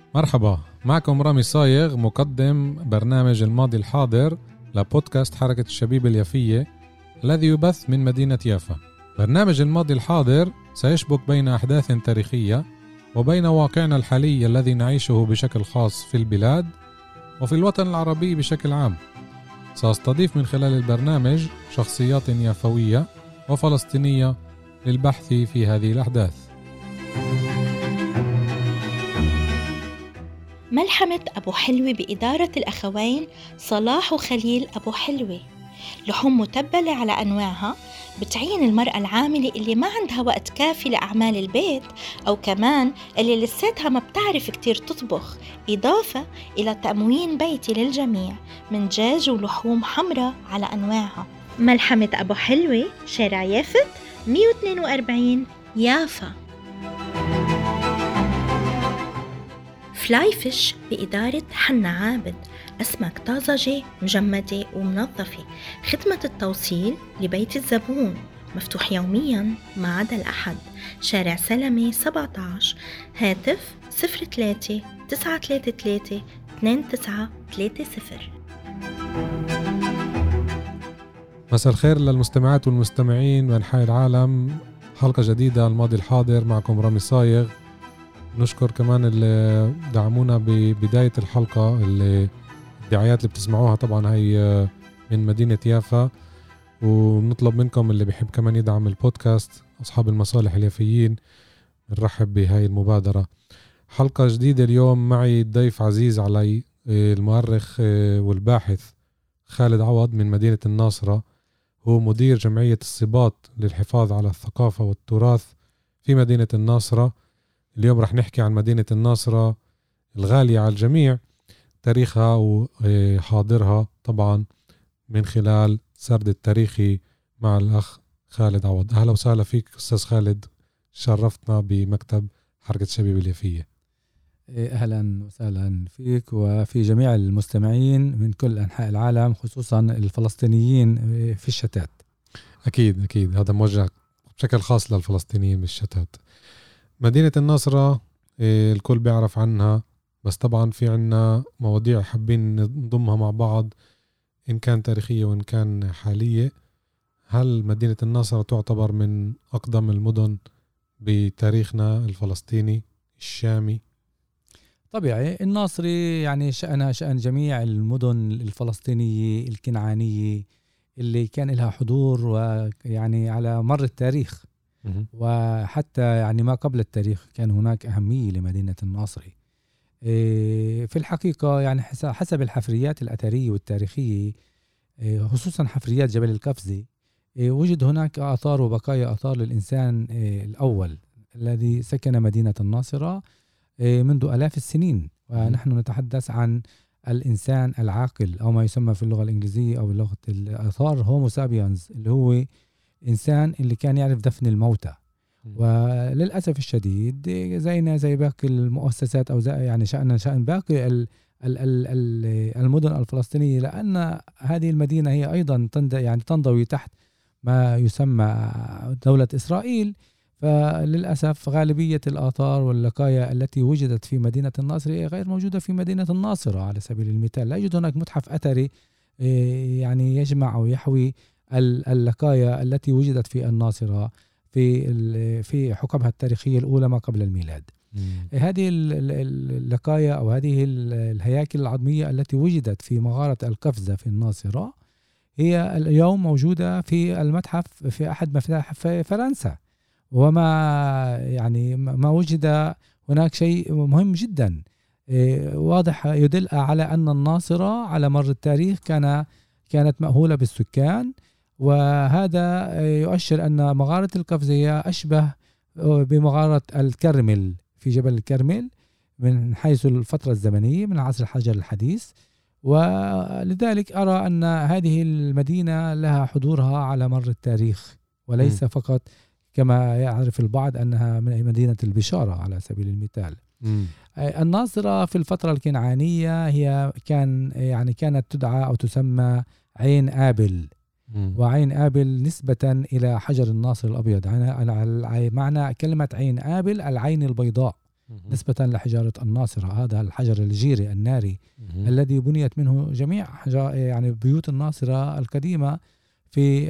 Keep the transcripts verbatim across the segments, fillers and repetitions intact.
مرحبا، معكم رامي صايغ مقدم برنامج الماضي الحاضر لبودكاست حركة الشبيب اليافية الذي يبث من مدينة يافا. برنامج الماضي الحاضر سيشبك بين أحداث تاريخية وبين واقعنا الحالي الذي نعيشه بشكل خاص في البلاد وفي الوطن العربي بشكل عام. سأستضيف من خلال البرنامج شخصيات يافوية وفلسطينية للبحث في هذه الأحداث. ملحمة أبو حلوة بإدارة الأخوين صلاح وخليل أبو حلوة، لحوم متبلة على أنواعها بتعين المرأة العاملة اللي ما عندها وقت كافي لأعمال البيت، أو كمان اللي لساتها ما بتعرف كتير تطبخ، إضافة إلى تأموين بيتي للجميع من دجاج ولحوم حمراء على أنواعها. ملحمة أبو حلوة، شارع يافت مية واثنين وأربعين، يافا. فلاي فيش بإدارة حنا عابد، أسماك طازجة مجمدة ومنظفة، خدمة التوصيل لبيت الزبون، مفتوح يومياً ما عدا الأحد، شارع سلمي سبعة عشر، هاتف صفر ثلاثة تسعة ثلاثة ثلاثة اثنين تسعة ثلاثة صفر. مساء الخير للمستمعات والمستمعين بأنحاء العالم، حلقة جديدة الماضي الحاضر، معكم رامي صايغ. نشكر كمان اللي دعمونا ببداية الحلقة، اللي الدعايات اللي بتسمعوها طبعا هي من مدينة يافا، ونطلب منكم اللي بيحب كمان يدعم البودكاست، أصحاب المصالح اليافيين، نرحب بهاي المبادرة. حلقة جديدة اليوم، معي ضيف عزيز علي، المؤرخ والباحث خالد عوض من مدينة الناصرة. هو مدير جمعية الصباط للحفاظ على الثقافة والتراث في مدينة الناصرة. اليوم رح نحكي عن مدينة الناصرة الغالية على الجميع، تاريخها وحاضرها طبعا من خلال سرد التاريخي مع الأخ خالد عوض. أهلا وسهلا فيك أستاذ خالد، شرفتنا بمكتب حركة الشبيب اليافية. أهلا وسهلا فيك وفي جميع المستمعين من كل أنحاء العالم، خصوصا الفلسطينيين في الشتات. أكيد أكيد، هذا موجه بشكل خاص للفلسطينيين بالشتات. مدينة الناصرة الكل بيعرف عنها، بس طبعا في عنا مواضيع حابين نضمها مع بعض، إن كان تاريخية وإن كان حالية. هل مدينة الناصرة تعتبر من أقدم المدن بتاريخنا الفلسطيني الشامي؟ طبيعي، الناصري يعني شأنها شأن جميع المدن الفلسطينية الكنعانية اللي كان لها حضور ويعني على مر التاريخ، وحتى يعني ما قبل التاريخ كان هناك أهمية لمدينة الناصري. في الحقيقة يعني حسب الحفريات الأثرية والتاريخية، خصوصا حفريات جبل القفزة، وجد هناك آثار وبقايا آثار للإنسان الأول الذي سكن مدينة الناصرة منذ آلاف السنين، ونحن نتحدث عن الإنسان العاقل، أو ما يسمى في اللغة الإنجليزية أو لغة الآثار هومو سابيانز، اللي هو إنسان اللي كان يعرف دفن الموتى. وللأسف الشديد زينا زي باقي المؤسسات، أو زي يعني شأن شأن باقي ال ال ال المدن الفلسطينية، لأن هذه المدينة هي أيضا يعني تنضوي تحت ما يسمى دولة إسرائيل. فللأسف غالبية الآثار واللقايا التي وجدت في مدينة الناصرة غير موجودة في مدينة الناصرة. على سبيل المثال، لا يوجد هناك متحف أثري يعني يجمع أو يحوي اللقايا التي وجدت في الناصرة في في حقبها التاريخية الأولى ما قبل الميلاد. مم. هذه اللقايا أو هذه الهياكل العظمية التي وجدت في مغارة القفزة في الناصرة هي اليوم موجودة في المتحف في أحد متاحف فرنسا. وما يعني ما وجد هناك شيء مهم جدا واضح يدل على أن الناصرة على مر التاريخ كان كانت مأهولة بالسكان، وهذا يؤشر أن مغارة القفزة هي أشبه بمغارة الكرمل في جبل الكرمل من حيث الفترة الزمنية من عصر الحجر الحديث. ولذلك أرى أن هذه المدينة لها حضورها على مر التاريخ، وليس م. فقط كما يعرف البعض أنها من مدينة البشارة على سبيل المثال. م. الناصرة في الفترة الكنعانية هي كان يعني كانت تدعى أو تسمى عين آبل. م. وعين آبل نسبة إلى حجر الناصر الأبيض، يعني معنى كلمة عين آبل العين البيضاء، نسبة لحجارة الناصرة، هذا الحجر الجيري الناري الذي بنيت منه جميع يعني بيوت الناصرة القديمة في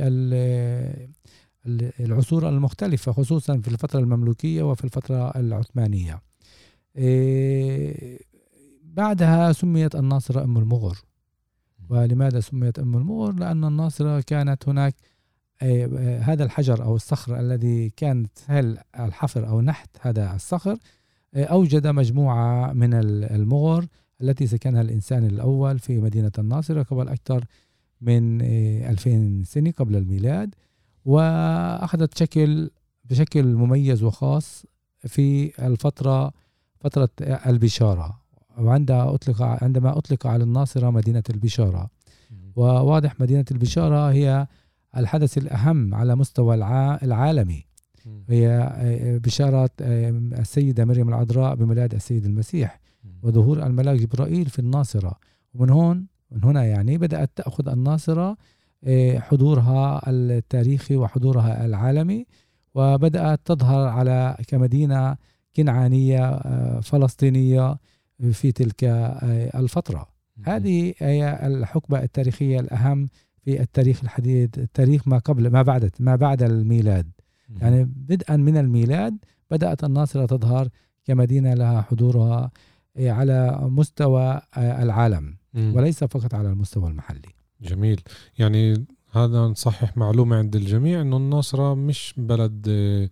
العصور المختلفة، خصوصا في الفترة المملوكية وفي الفترة العثمانية. بعدها سميت الناصرة أم المغر. ولماذا سميت أم المغر؟ لأن الناصرة كانت هناك هذا الحجر أو الصخر الذي كان سهل الحفر أو نحت هذا الصخر أوجد مجموعة من المغر التي سكنها الإنسان الأول في مدينة الناصرة قبل أكثر من ألفين سنة قبل الميلاد، وأخذت شكل بشكل مميز وخاص في الفترة فترة البشارة، وعندها أطلق عندما أطلق على الناصرة مدينة البشارة. وواضح مدينة البشارة هي الحدث الأهم على مستوى العالمي، هي بشارة السيدة مريم العذراء بميلاد السيد المسيح وظهور الملاك جبرائيل في الناصرة. ومن هون من هنا يعني بدأت تأخذ الناصرة حضورها التاريخي وحضورها العالمي، وبدأت تظهر على كمدينة كنعانية فلسطينية في تلك الفترة. هذه هي الحقبة التاريخية الأهم في التاريخ الحديث، التاريخ ما قبل ما بعد ما بعد الميلاد. يعني بدءا من الميلاد بدأت الناصرة تظهر كمدينة لها حضورها على مستوى العالم وليس فقط على المستوى المحلي. جميل. يعني هذا نصحح معلومة عند الجميع إنه الناصرة مش بلد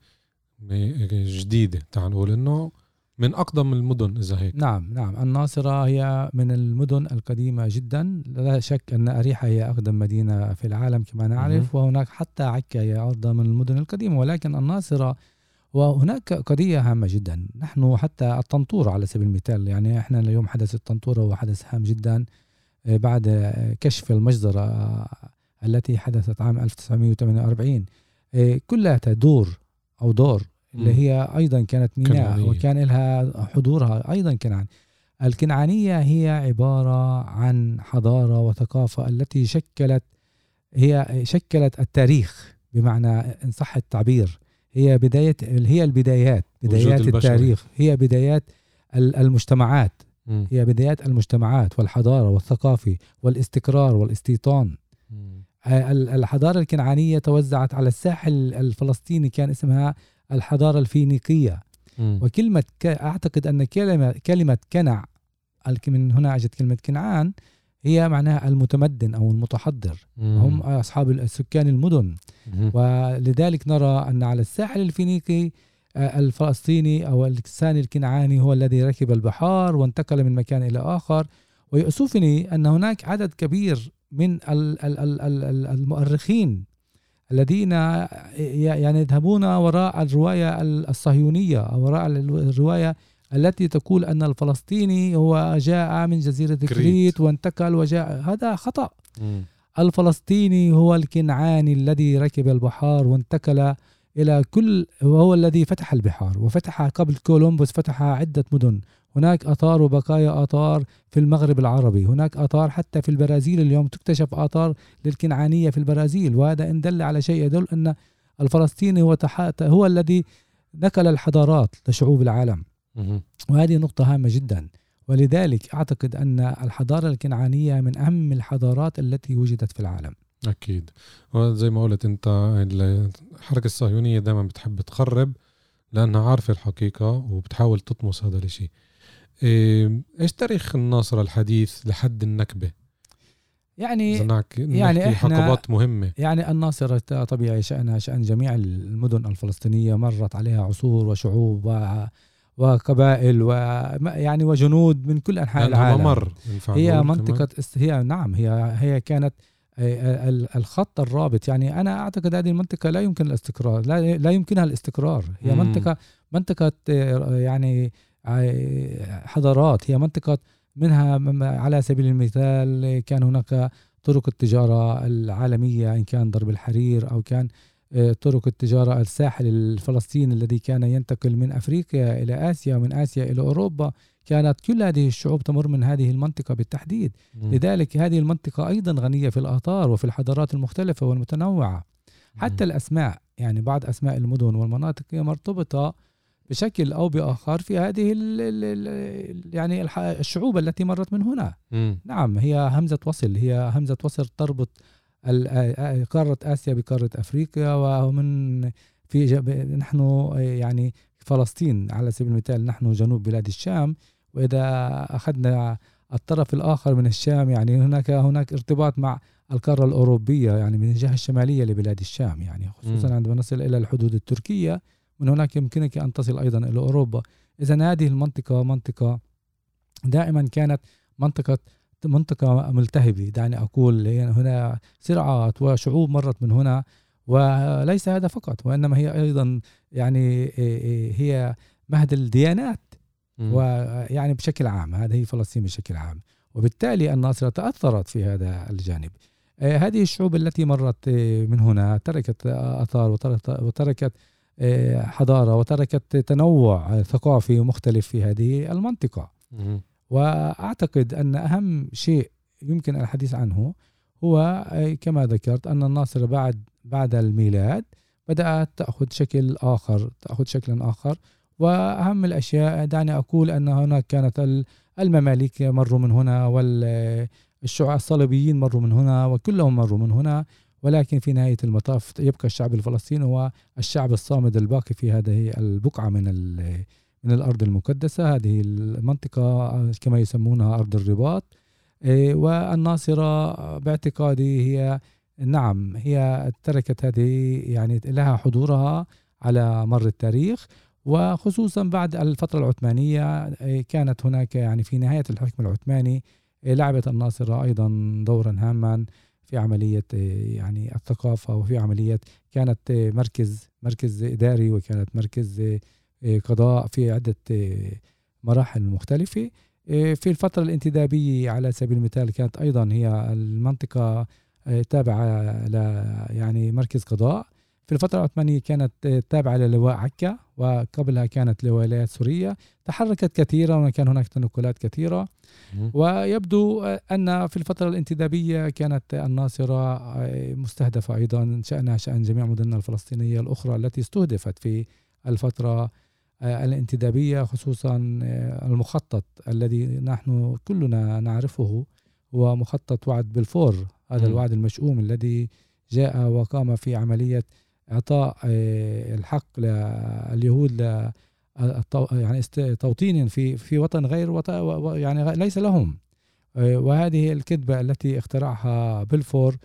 جديدة، تعال نقول إنه من أقدم المدن إذا هيك. نعم نعم الناصرة هي من المدن القديمة جدا، لا شك أن أريحا هي أقدم مدينة في العالم كما نعرف، وهناك حتى عكا هي أقدم من المدن القديمة، ولكن الناصرة وهناك قضية هامة جدا. نحن حتى الطنطورة على سبيل المثال، يعني إحنا اليوم حدث الطنطورة هو حدث هام جدا بعد كشف المجزرة التي حدثت عام ألف وتسعمائة وثمانية وأربعين، كلها دور أو دور اللي هي أيضا كانت ميناء كنعانية. وكان لها حضورها أيضا كنعان. الكنعانية هي عبارة عن حضارة وثقافة التي شكلت هي شكلت التاريخ، بمعنى إن صح التعبير هي بداية هي البدايات بدايات التاريخ، هي بدايات المجتمعات، م. هي بدايات المجتمعات والحضارة والثقافة والاستقرار والاستيطان. م. الحضارة الكنعانية توزعت على الساحل الفلسطيني، كان اسمها الحضارة الفينيقية. م. وكلمة ك... أعتقد أن كلمة كلمة كنع من هنا أجت كلمة كنعان، هي معناها المتمدن أو المتحضر، م. هم أصحاب السكان المدن. م. ولذلك نرى أن على الساحل الفينيقي الفلسطيني أو الإنسان الكنعاني هو الذي ركب البحار وانتقل من مكان إلى آخر. ويؤسفني أن هناك عدد كبير من المؤرخين الذين يعني يذهبون وراء الرواية الصهيونية أو وراء الرواية التي تقول أن الفلسطيني هو جاء من جزيرة كريت, كريت وانتقل وجاء. هذا خطأ. م. الفلسطيني هو الكنعاني الذي ركب البحار وانتقل إلى كل، وهو الذي فتح البحار وفتح قبل كولومبوس فتح عدة مدن. هناك آثار وبقايا آثار في المغرب العربي، هناك آثار حتى في البرازيل اليوم تكتشف آثار للكنعانية في البرازيل، وهذا إن دل على شيء يدل أن الفلسطيني هو, هو الذي نقل الحضارات لشعوب العالم. وهذه نقطة هامة جدا. ولذلك أعتقد أن الحضارة الكنعانية من أهم الحضارات التي وجدت في العالم. أكيد. وزي ما قلت أنت الحركة الصهيونية دائما بتحب تخرب لأنها عارفة الحقيقة وبتحاول تطمس هذا الشيء. إيش تاريخ الناصرة الحديث لحد النكبة؟ يعني يعني إحنا حقبات مهمة. يعني الناصرة طبيعي شأنها شأن جميع المدن الفلسطينية، مرت عليها عصور وشعوب و وقبائل ويعني وجنود من كل أنحاء العالم. ممر هي منطقة است... هي نعم هي هي كانت الخط الرابط. يعني أنا أعتقد هذه المنطقة لا يمكن الاستقرار، لا لا يمكنها الاستقرار. هي مم. منطقة منطقة يعني حضارات، هي منطقة منها على سبيل المثال كان هناك طرق التجارة العالمية، إن كان ضرب الحرير أو كان طرق التجارة الساحل الفلسطيني الذي كان ينتقل من أفريقيا إلى آسيا ومن آسيا إلى أوروبا. كانت كل هذه الشعوب تمر من هذه المنطقة بالتحديد. م. لذلك هذه المنطقة أيضا غنية في الآثار وفي الحضارات المختلفة والمتنوعة. حتى م. الأسماء، يعني بعض أسماء المدن والمناطق هي مرتبطة بشكل أو بآخر في هذه ال ال يعني الشعوب التي مرت من هنا. م. نعم، هي همزة وصل، هي همزة وصل تربط قارة آسيا بقارة أفريقيا. ومن في نحن يعني فلسطين على سبيل المثال نحن جنوب بلاد الشام، وإذا أخذنا الطرف الآخر من الشام يعني هناك هناك ارتباط مع القارة الأوروبية يعني من الجهة الشمالية لبلاد الشام، يعني خصوصا م. عندما نصل إلى الحدود التركية من هناك يمكنك أن تصل أيضا إلى أوروبا. إذن هذه المنطقة منطقة دائما كانت منطقة منطقة ملتهبة، دعني أقول يعني هنا صراعات وشعوب مرت من هنا، وليس هذا فقط وإنما هي أيضا يعني هي مهد الديانات م. ويعني بشكل عام هذه فلسطين بشكل عام، وبالتالي الناصرة تأثرت في هذا الجانب. هذه الشعوب التي مرت من هنا تركت أثار وتركت حضارة وتركت تنوع ثقافي مختلف في هذه المنطقة. م. وأعتقد أن أهم شيء يمكن الحديث عنه هو كما ذكرت أن الناصرة بعد بعد الميلاد بدأت تأخذ شكل آخر تأخذ شكلا آخر وأهم الأشياء دعني أقول أن هناك كانت المماليك مروا من هنا والشعوب الصليبيين مروا من هنا وكلهم مروا من هنا، ولكن في نهاية المطاف يبقى الشعب الفلسطيني هو الشعب الصامد الباقي في هذه البقعة من من الأرض المقدسة. هذه المنطقة كما يسمونها أرض الرباط. والناصرة باعتقادي هي نعم هي تركت هذه يعني لها حضورها على مر التاريخ، وخصوصا بعد الفترة العثمانية كانت هناك يعني في نهاية الحكم العثماني لعبت الناصرة أيضا دورا هاما في عملية يعني الثقافة وفي عملية كانت مركز مركز إداري وكانت مركز قضاء في عدة مراحل مختلفة. في الفترة الانتدابية على سبيل المثال كانت أيضا هي المنطقة تابعة ل يعني مركز قضاء. في الفترة العثمانية كانت تابعة للواء عكا، وقبلها كانت لولايات سوريا. تحركت كثيرا وكان هناك تنقلات كثيرة، ويبدو أن في الفترة الانتدابية كانت الناصرة مستهدفة أيضا شأنها شأن جميع مدننا الفلسطينية الأخرى التي استهدفت في الفترة الانتدابية، خصوصا المخطط الذي نحن كلنا نعرفه هو مخطط وعد بلفور، هذا الوعد المشؤوم الذي جاء وقام في عملية إعطاء الحق لليهود ل يعني توطين في في وطن غير يعني ليس لهم. وهذه الكذبة التي اخترعها بلفور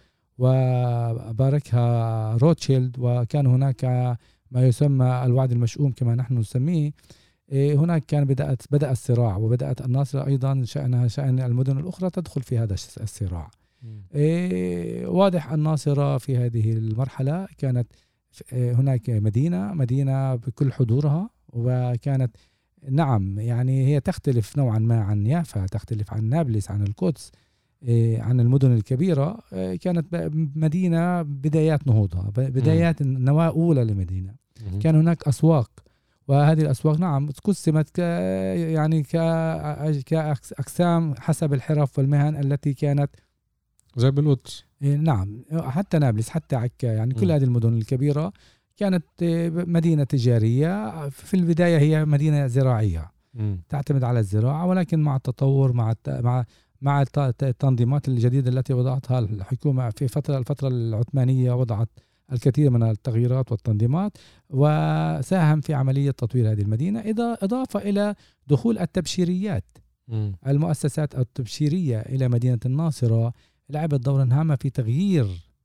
وباركها روتشيلد، وكان هناك ما يسمى الوعد المشؤوم كما نحن نسميه. هناك كان بدأت بدأ الصراع، وبدأت الناصرة أيضا شأنها شأن المدن الأخرى تدخل في هذا الصراع. واضح الناصرة في هذه المرحلة كانت هناك مدينة مدينة بكل حضورها، وكانت نعم يعني هي تختلف نوعا ما عن يافا، تختلف عن نابلس، عن القدس، عن المدن الكبيرة. كانت مدينة بدايات نهوضها، بدايات نواة أولى لمدينة. كان هناك أسواق، وهذه الأسواق نعم قسمت ك يعني كأقسام حسب الحرف والمهن التي كانت زي بالقدس. نعم حتى نابلس حتى عكا، يعني كل هذه المدن الكبيرة كانت مدينة تجارية. في البداية هي مدينة زراعية م. تعتمد على الزراعة، ولكن مع التطور مع مع مع التنظيمات الجديدة التي وضعتها الحكومة في فترة الفترة العثمانية، وضعت الكثير من التغييرات والتنظيمات وساهم في عملية تطوير هذه المدينة، إذا إضافة إلى دخول التبشيريات م. المؤسسات التبشيرية إلى مدينة الناصرة لعبت دورا هاما في تغيير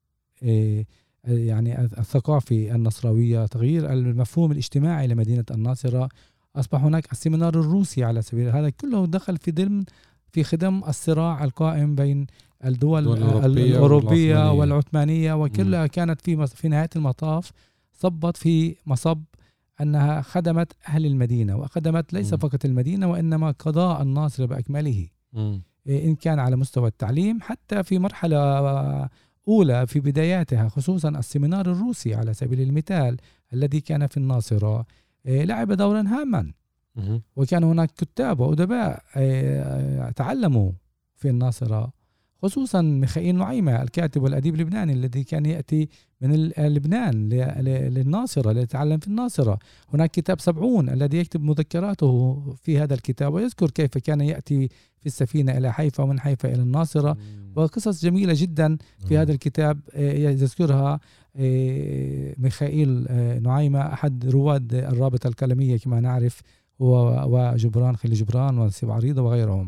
يعني الثقافي النصراوية، تغيير المفهوم الاجتماعي لمدينة الناصرة. أصبح هناك السيمينار الروسي على سبيل هذا كله دخل في ضمن في خدم الصراع القائم بين الدول الأوروبية, الأوروبية والعثمانية، وكلها كانت في في نهاية المطاف صبت في مصب أنها خدمت أهل المدينة، وخدمت ليس م. فقط المدينة وإنما قضاء الناصرة بأكمله، م. إن كان على مستوى التعليم حتى في مرحلة أولى في بداياتها، خصوصا السيمينار الروسي على سبيل المثال الذي كان في الناصرة لعب دورا هاما. وكان هناك كتاب وأدباء تعلموا في الناصرة خصوصا ميخائيل نعيمة الكاتب والأديب اللبناني الذي كان يأتي من لبنان للناصرة ليتعلم في الناصرة. هناك كتاب سبعون الذي يكتب مذكراته في هذا الكتاب ويذكر كيف كان يأتي في السفينة إلى حيفا ومن حيفا إلى الناصرة، وقصص جميلة جدا في هذا الكتاب يذكرها ميخائيل نعيمة أحد رواد الرابطة الكلامية كما نعرف، هو وجبران خلي جبران ونسيب عريضة وغيرهم.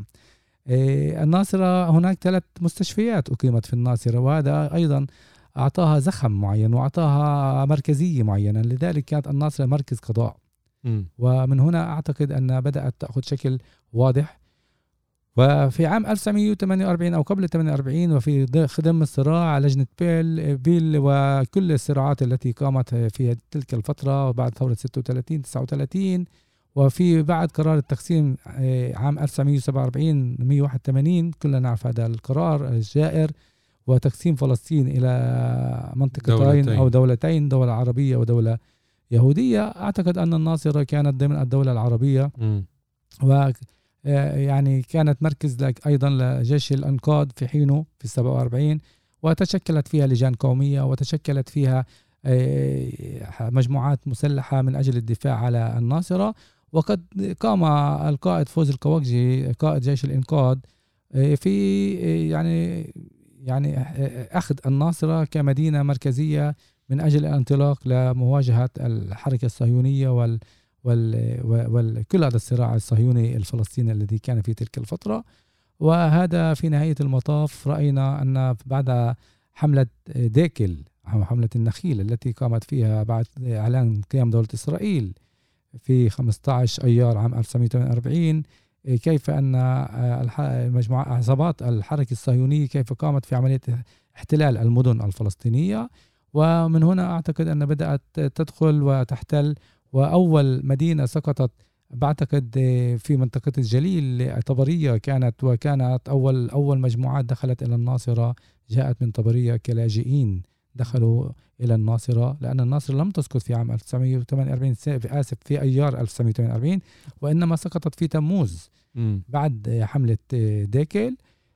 الناصرة هناك ثلاث مستشفيات أقيمت في الناصرة، وهذا أيضا أعطاها زخم معين وأعطاها مركزية معينة، لذلك كانت الناصرة مركز قضاء. م. ومن هنا أعتقد أن بدأت تأخذ شكل واضح. وفي عام ألف وتسعمائة وثمانية وأربعين أو قبل ثمانية وأربعين وفي خدم الصراع لجنة بيل بيل وكل الصراعات التي قامت في تلك الفترة وبعد ثورة ستة وثلاثين تسعة وثلاثين، وفي بعد قرار التقسيم عام ألف وتسعمائة وسبعة وأربعين مئة وواحد وثمانين كلنا نعرف هذا القرار الجائر، وتقسيم فلسطين إلى منطقتين دولتين. أو دولتين، دولة عربية ودولة يهودية. أعتقد أن الناصرة كانت ضمن الدولة العربية م. و يعني كانت مركز لك أيضا لجيش الأنقاض في حينه في سبعة وأربعين، وتشكلت فيها لجان قومية وتشكلت فيها مجموعات مسلحة من أجل الدفاع على الناصرة. وقد قام القائد فوز القواقجي قائد جيش الإنقاذ في يعني يعني أخذ الناصرة كمدينة مركزية من أجل الانطلاق لمواجهة الحركة الصهيونية وال وكل هذا الصراع الصهيوني الفلسطيني الذي كان في تلك الفترة. وهذا في نهاية المطاف رأينا أن بعد حملة ديكل أو حملة النخيل التي قامت فيها بعد إعلان قيام دولة إسرائيل في خمسة عشر أيار عام ألف وتسعمائة وثمانية وأربعين، كيف أن مجموعة عصابات الحركة الصهيونية كيف قامت في عملية احتلال المدن الفلسطينية. ومن هنا أعتقد أن بدأت تدخل وتحتل، وأول مدينة سقطت بعتقد في منطقة الجليل طبرية كانت، وكانت أول أول مجموعات دخلت إلى الناصرة جاءت من طبرية كلاجئين دخلوا إلى الناصرة، لأن الناصرة لم تسقط في عام ألف وتسعمائة وثمانية وأربعين في آسف في أيار ألف وتسعمائة وثمانية وأربعين، وإنما سقطت في تموز م. بعد حملة ديكل.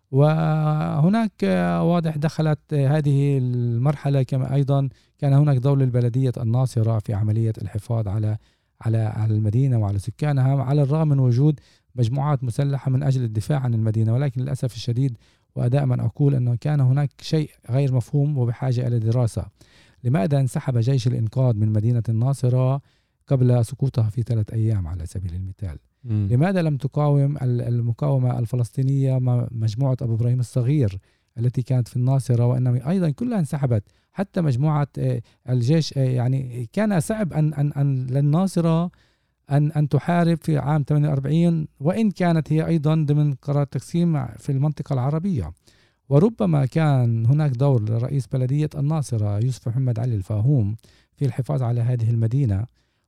وهناك واضح دخلت هذه المرحلة كما أيضا كان هناك دور البلدية الناصرة في عملية الحفاظ على على على المدينة وعلى سكانها، على الرغم من وجود مجموعات مسلحة من أجل الدفاع عن المدينة. ولكن للأسف الشديد ودائما أقول أنه كان هناك شيء غير مفهوم وبحاجة إلى دراسة. لماذا انسحب جيش الإنقاذ من مدينة الناصرة قبل سقوطها في ثلاث أيام على سبيل المثال؟ م. لماذا لم تقاوم المقاومة الفلسطينية مجموعة أبو إبراهيم الصغير التي كانت في الناصرة، وإنما أيضا كلها انسحبت؟ حتى مجموعة الجيش يعني كان صعب أن أن أن للناصرة أن أن تحارب في عام ثمانية وأربعين، وإن كانت هي أيضا ضمن قرار التقسيم في المنطقة العربية. وربما كان هناك دور لرئيس بلدية الناصرة يوسف محمد علي الفاهوم في الحفاظ على هذه المدينة،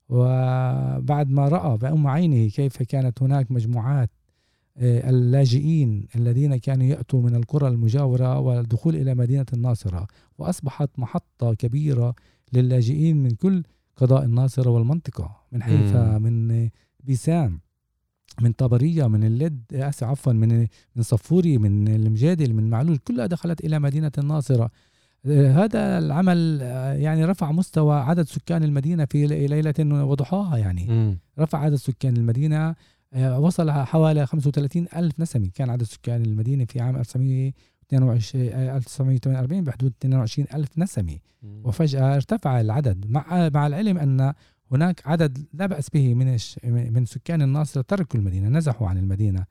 وبعد ما رأى بأم عينه كيف كانت هناك مجموعات اللاجئين الذين كانوا يأتوا من القرى المجاورة والدخول إلى مدينة الناصرة، وأصبحت محطة كبيرة للاجئين من كل قضاء الناصرة والمنطقة، من حيفا، من بيسان، من طبرية، من اللد آسف عفوا من من صفوري، من المجادل، من معلول، كلها دخلت إلى مدينة الناصرة. هذا العمل يعني رفع مستوى عدد سكان المدينة في ليلة وضحاها، يعني م. رفع عدد سكان المدينة، وصل حوالي خمسة وثلاثين ألف نسمة كان عدد سكان المدينة في عام ألف وتسعمائة وثمانية وأربعين بحدود اثنين وعشرين ألف نسمة، وفجأة ارتفع العدد مع مع العلم أن هناك عدد لا بأس به من من سكان الناصرة تركوا المدينة، نزحوا عن المدينة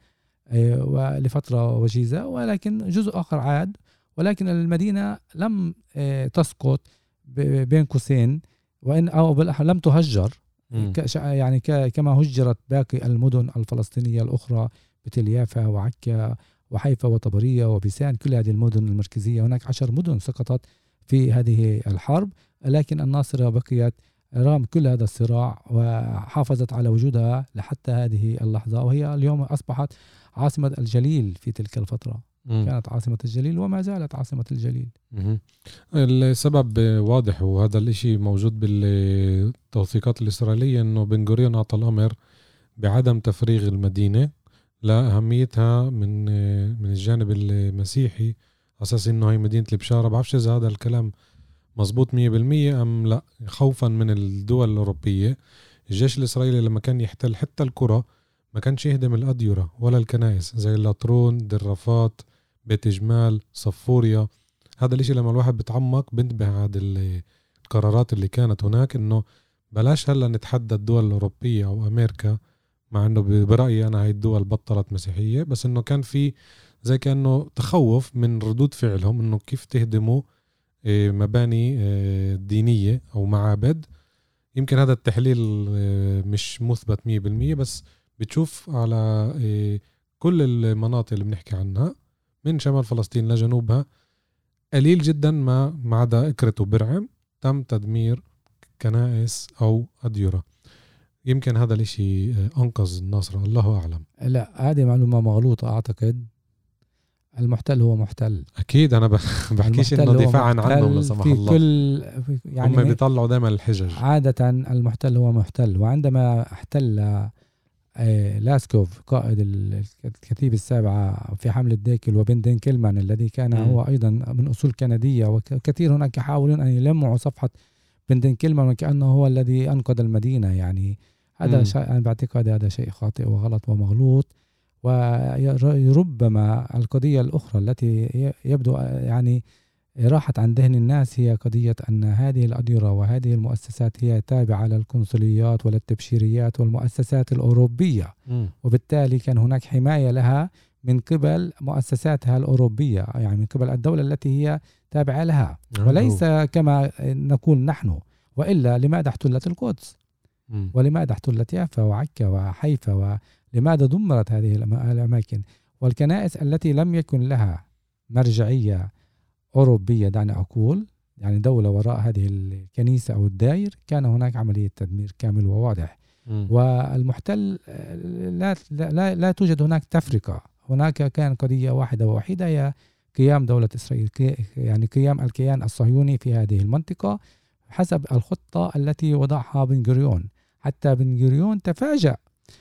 ولفترة وجيزة، ولكن جزء آخر عاد، ولكن المدينة لم تسقط بين قوسين، وإن أو لم تهجر يعني كما هجرت باقي المدن الفلسطينية الأخرى مثل يافا وعكا وحيفا وطبرية وبيسان، كل هذه المدن المركزية. هناك عشر مدن سقطت في هذه الحرب، لكن الناصرة بقيت رغم كل هذا الصراع وحافظت على وجودها لحتى هذه اللحظة، وهي اليوم أصبحت عاصمة الجليل في تلك الفترة. م. كانت عاصمة الجليل وما زالت عاصمة الجليل. م. السبب واضح، وهذا الاشي موجود بالتوثيقات الإسرائيلية، أنه بن غوريون أعطى الأمر بعدم تفريغ المدينة لا أهميتها من من الجانب المسيحي على أساس إنه هي مدينة البشارة. بعرفش إذا هذا الكلام مزبوط مية بالمية أم لا. خوفا من الدول الأوروبية، الجيش الإسرائيلي لما كان يحتل حتى القرى ما كانش يهدم الأديرة ولا الكنائس زي اللاترون، درافات، بيت جمال، صفوريا. هذا الاشي لما الواحد بتعمق بنتبه هذه القرارات اللي كانت هناك، إنه بلاش هلا نتحدى الدول الأوروبية أو أمريكا، مع إنه برأيي أنا هاي الدول بطلت مسيحية، بس إنه كان في زي كأنه تخوف من ردود فعلهم إنه كيف تهدموا مباني دينية أو معابد. يمكن هذا التحليل مش مثبت مية بالمية، بس بتشوف على كل المناطق اللي بنحكي عنها من شمال فلسطين لجنوبها قليل جدا ما ما عدا إكرت وبرعم تم تدمير كنائس أو أديرة. يمكن هذا الاشي أنقذ الناصرة، الله أعلم. لا، هذه معلومة مغلوطة أعتقد. المحتل هو محتل. أكيد أنا بحكيش إنه دفاعا عنهم لا سمح الله. كل يعني هم بيطلعوا دائما الحجج. عادة المحتل هو محتل. وعندما احتل لاسكوف قائد الكتيبة السابعة في حملة ديكل وبندن كلمان الذي كان م. هو أيضا من أصول كندية، وكثير هناك يحاولون أن يلمعوا صفحة بندن كلمان وكأنه هو الذي أنقذ المدينة. يعني هذا شيء أنا بعتقد هذا شيء خاطئ وغلط ومغلوط. وربما القضية الأخرى التي يبدو يعني راحت عن ذهن الناس هي قضية أن هذه الأديرة وهذه المؤسسات هي تابعة للقنصليات وللتبشيريات والمؤسسات الأوروبية، م. وبالتالي كان هناك حماية لها من قبل مؤسساتها الأوروبية، يعني من قبل الدولة التي هي تابعة لها، وليس كما نقول نحن. وإلا لماذا احتلت القدس؟ م. ولماذا احتلت يافا وعكا وحيفا؟ ولماذا دمرت هذه الأماكن؟ والكنائس التي لم يكن لها مرجعية أوروبية، دعني أقول يعني دولة وراء هذه الكنيسة أو الدائر، كان هناك عملية تدمير كامل وواضح. م. والمحتل لا, لا, لا توجد هناك تفرقة. هناك كان قضية واحدة ووحيدة هي قيام دولة إسرائيل، يعني قيام الكيان الصهيوني في هذه المنطقة حسب الخطة التي وضعها بن غوريون. حتى بن غوريون تفاجأ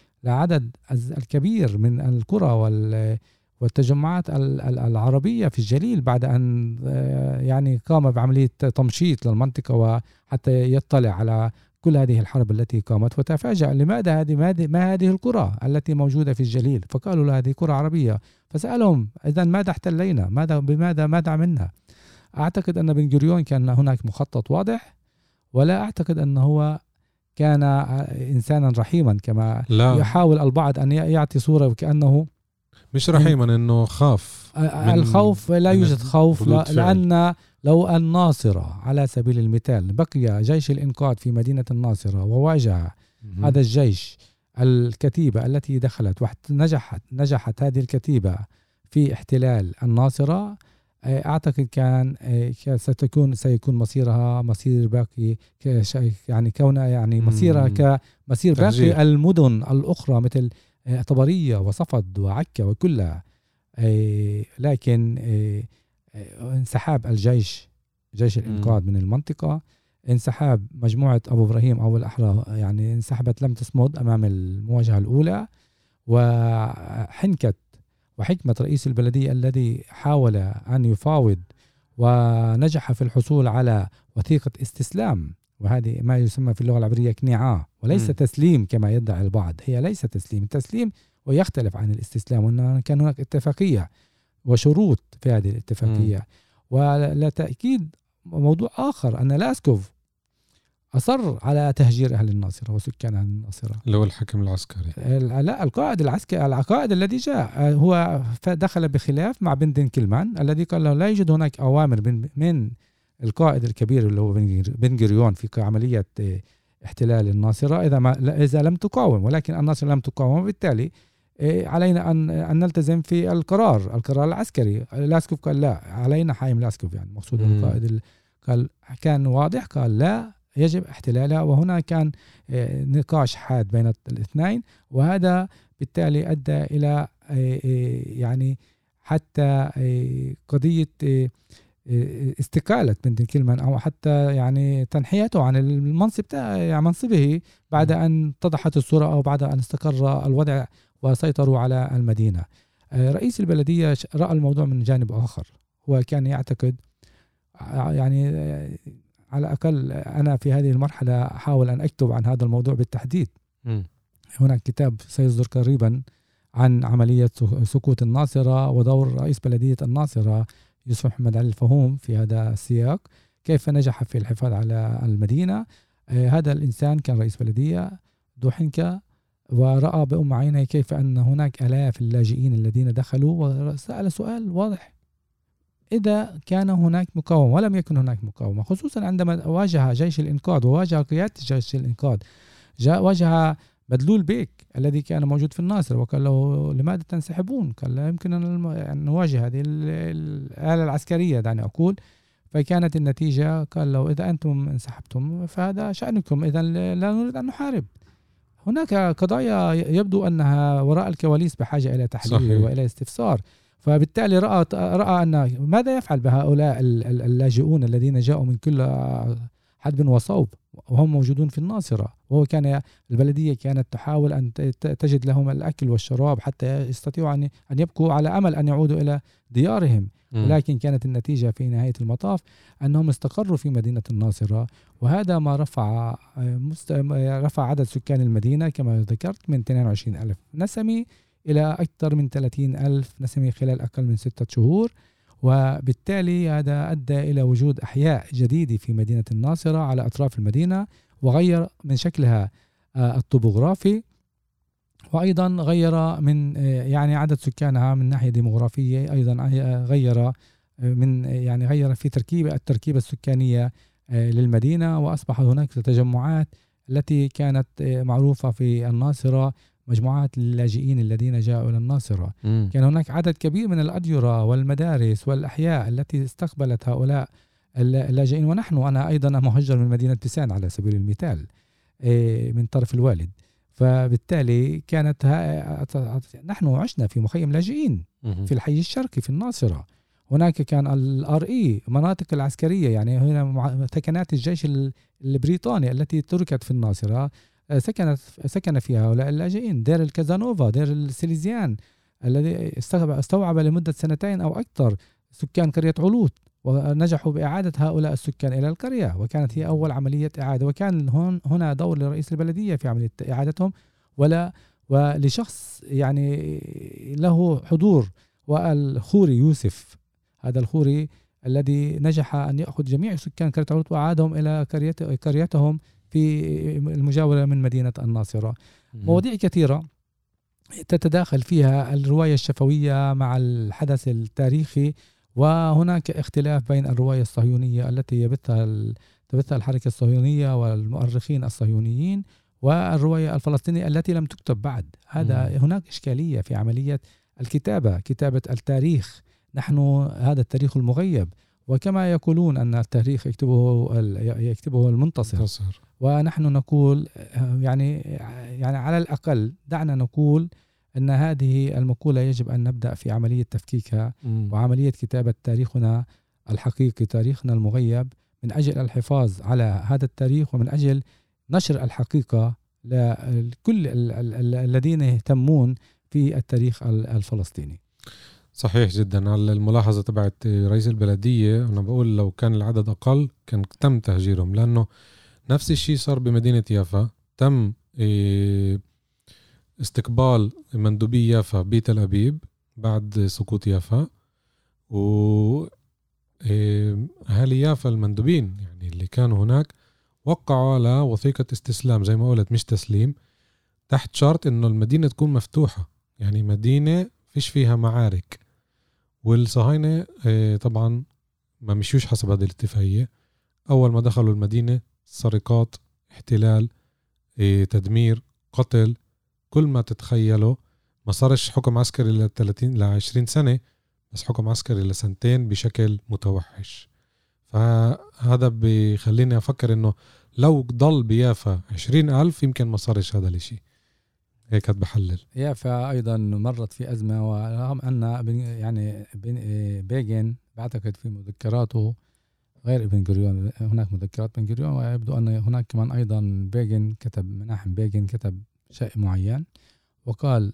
لعدد الكبير من القرى وال والتجمعات العربية في الجليل بعد أن يعني قام بعملية تمشيط للمنطقة وحتى يطلع على كل هذه الحرب التي قامت، وتفاجأ لماذا هذه ما هذه القرى التي موجودة في الجليل؟ فقالوا له هذه قرى عربية. فسألهم إذن ماذا احتلينا؟ ماذا بماذا ماذا عملنا؟ أعتقد أن بن غوريون كان هناك مخطط واضح، ولا أعتقد أن هو كان إنسانا رحيما كما لا. يحاول البعض أن يعطي صورة وكأنه مش رحيما، انه خاف. الخوف لا يوجد خوف، لأن لو الناصرة على سبيل المثال بقي جيش الإنقاذ في مدينة الناصرة وواجه م- هذا الجيش الكتيبة التي دخلت ونجحت نجحت هذه الكتيبة في احتلال الناصرة، أعتقد كان ستكون سيكون مصيرها مصير باقي يعني كونها يعني مصيرها كمصير باقي المدن الأخرى مثل طبرية وصفد وعكا وكلها. لكن انسحاب الجيش جيش الإنقاذ من المنطقة، انسحاب مجموعة أبو إبراهيم أو الأحرى يعني انسحبت لم تصمد أمام المواجهة الأولى، وحنكت وحكمة رئيس البلدية الذي حاول أن يفاوض ونجح في الحصول على وثيقة استسلام، وهذه ما يسمى في اللغة العبرية كنيعة وليس م. تسليم كما يدعي البعض. هي ليس تسليم، التسليم ويختلف عن الاستسلام، وأنه كان هناك اتفاقية وشروط في هذه الاتفاقية. م. ولا تأكيد موضوع آخر أن لاسكوف أصر على تهجير أهل الناصرة وسكان أهل الناصرة، اللي هو الحكم العسكري. لا، القائد العسكري القائد الذي جاء هو دخل بخلاف مع بندن كلمان الذي قال له لا يوجد هناك أوامر من القائد الكبير اللي هو بن غوريون في عملية احتلال الناصرة إذا ما إذا لم تقاوم، ولكن الناصرة لم تقاوم، وبالتالي علينا أن أن نلتزم في القرار القرار العسكري. لاسكوف قال لا، علينا حايم لاسكوف يعني مقصود القائد قال كان واضح، قال لا يجب احتلالها. وهنا كان نقاش حاد بين الاثنين، وهذا بالتالي أدى إلى يعني حتى قضية استقالة بندن كلمان أو حتى يعني تنحيته عن المنصب يعني منصبه بعد أن اتضحت الصورة أو بعد أن استقر الوضع وسيطروا على المدينة. رئيس البلدية رأى الموضوع من جانب آخر، هو كان يعتقد يعني على الأقل أنا في هذه المرحلة أحاول أن أكتب عن هذا الموضوع بالتحديد. م. هناك كتاب سيصدر قريبا عن عملية سقوط الناصرة ودور رئيس بلدية الناصرة يوسف محمد علي الفهوم في هذا السياق، كيف نجح في الحفاظ على المدينة. آه هذا الإنسان كان رئيس بلدية دوحنكا، ورأى بأم عينه كيف أن هناك آلاف اللاجئين الذين دخلوا، وسأل سؤال واضح: إذا كان هناك مقاومة ولم يكن هناك مقاومة، خصوصا عندما واجه جيش الإنقاذ وواجه قيادة جيش الإنقاذ، جاء واجه بدلول بيك الذي كان موجود في الناصر وقال له لماذا تنسحبون؟ قال لا يمكن أن نواجه هذه الآلة العسكرية دعني أقول. فكانت النتيجة قال له إذا أنتم انسحبتم فهذا شأنكم، إذا لا نريد أن نحارب. هناك قضايا يبدو أنها وراء الكواليس بحاجة إلى تحليل وإلى استفسار. فبالتالي رأى رأى أن ماذا يفعل بهؤلاء اللاجئون الذين جاءوا من كل حدب وصوب وهم موجودون في الناصرة، وهو كان البلدية كانت تحاول أن تجد لهم الأكل والشراب حتى يستطيعوا أن أن يبقوا على أمل أن يعودوا إلى ديارهم. ولكن كانت النتيجة في نهاية المطاف أنهم استقروا في مدينة الناصرة، وهذا ما رفع رفع عدد سكان المدينة كما ذكرت من اثنين وعشرين ألف نسمي إلى أكثر من ثلاثين ألف نسمي خلال أقل من ستة شهور. وبالتالي هذا أدى إلى وجود أحياء جديدة في مدينة الناصرة على أطراف المدينة، وغير من شكلها الطبوغرافي، وأيضا غير من يعني عدد سكانها من ناحية ديموغرافية، أيضا غير من يعني غير في تركيبة التركيبة السكانية للمدينة، وأصبح هناك تجمعات التي كانت معروفة في الناصرة مجموعات اللاجئين الذين جاءوا إلى الناصرة. م. كان هناك عدد كبير من الأديرة والمدارس والأحياء التي استقبلت هؤلاء اللاجئين، ونحن أنا أيضا مهجر من مدينة بيسان على سبيل المثال من طرف الوالد. فبالتالي كانت نحن عشنا في مخيم لاجئين م. في الحي الشرقي في الناصرة. هناك كان الار اي مناطق العسكرية، يعني هنا سكنات الجيش البريطاني التي تركت في الناصرة، سكنت سكن فيها هؤلاء اللاجئين. دير الكازانوفا، دير السيليزيان الذي استوعب لمدة سنتين أو أكثر سكان قرية علوت، ونجحوا بإعادة هؤلاء السكان إلى القرية، وكانت هي أول عملية إعادة. وكان هون هنا دور لرئيس البلدية في عملية إعادتهم، ولا ولشخص يعني له حضور، والخوري يوسف، هذا الخوري الذي نجح أن يأخذ جميع سكان قرية علوت وأعادهم إلى قريتهم في المجاورة من مدينة الناصرة. مواضيع كثيرة تتداخل فيها الرواية الشفوية مع الحدث التاريخي، وهناك اختلاف بين الرواية الصهيونية التي يبثها تبثها الحركة الصهيونية والمؤرخين الصهيونيين، والرواية الفلسطينية التي لم تكتب بعد. هذا مم. هناك إشكالية في عملية الكتابة، كتابة التاريخ. نحن هذا التاريخ المغيب، وكما يقولون أن التاريخ يكتبه يكتبه المنتصر، منتصر. ونحن نقول يعني يعني على الأقل دعنا نقول أن هذه المقولة يجب أن نبدأ في عملية تفكيكها م. وعملية كتابة تاريخنا الحقيقي، تاريخنا المغيب، من أجل الحفاظ على هذا التاريخ ومن أجل نشر الحقيقة لكل الذين يهتمون في التاريخ الفلسطيني. صحيح جدا. على الملاحظة تبعت رئيس البلدية، أنا بقول لو كان العدد أقل كان تم تهجيرهم، لأنه نفس الشيء صار بمدينة يافا. تم استقبال مندوبي يافا بتل أبيب بعد سقوط يافا، وأهالي يافا المندوبين يعني اللي كانوا هناك وقعوا على وثيقة استسلام زي ما قلت، مش تسليم، تحت شرط إنه المدينة تكون مفتوحة، يعني مدينة فيش فيها معارك. والصهاينة طبعا ما مشيوش حسب هذه الاتفاقية. أول ما دخلوا المدينة سرقات، احتلال، تدمير، قتل، كل ما تتخيلوا. ما صارش حكم عسكري ل ثلاثين ل عشرين سنة، بس حكم عسكري لسنتين بشكل متوحش. فهذا بيخليني أفكر إنه لو ضل بيافا عشرين ألف يمكن ما صارش هذا الشيء. هيك بحلل. يافا أيضا مرت في أزمة، ورغم أن يعني بيغن بعتقد في مذكراته غير ابن غوريون، هناك مذكرات بن غوريون، ويبدو أن هناك كمان أيضا بيغن كتب، مناحم بيغن كتب شيء معين، وقال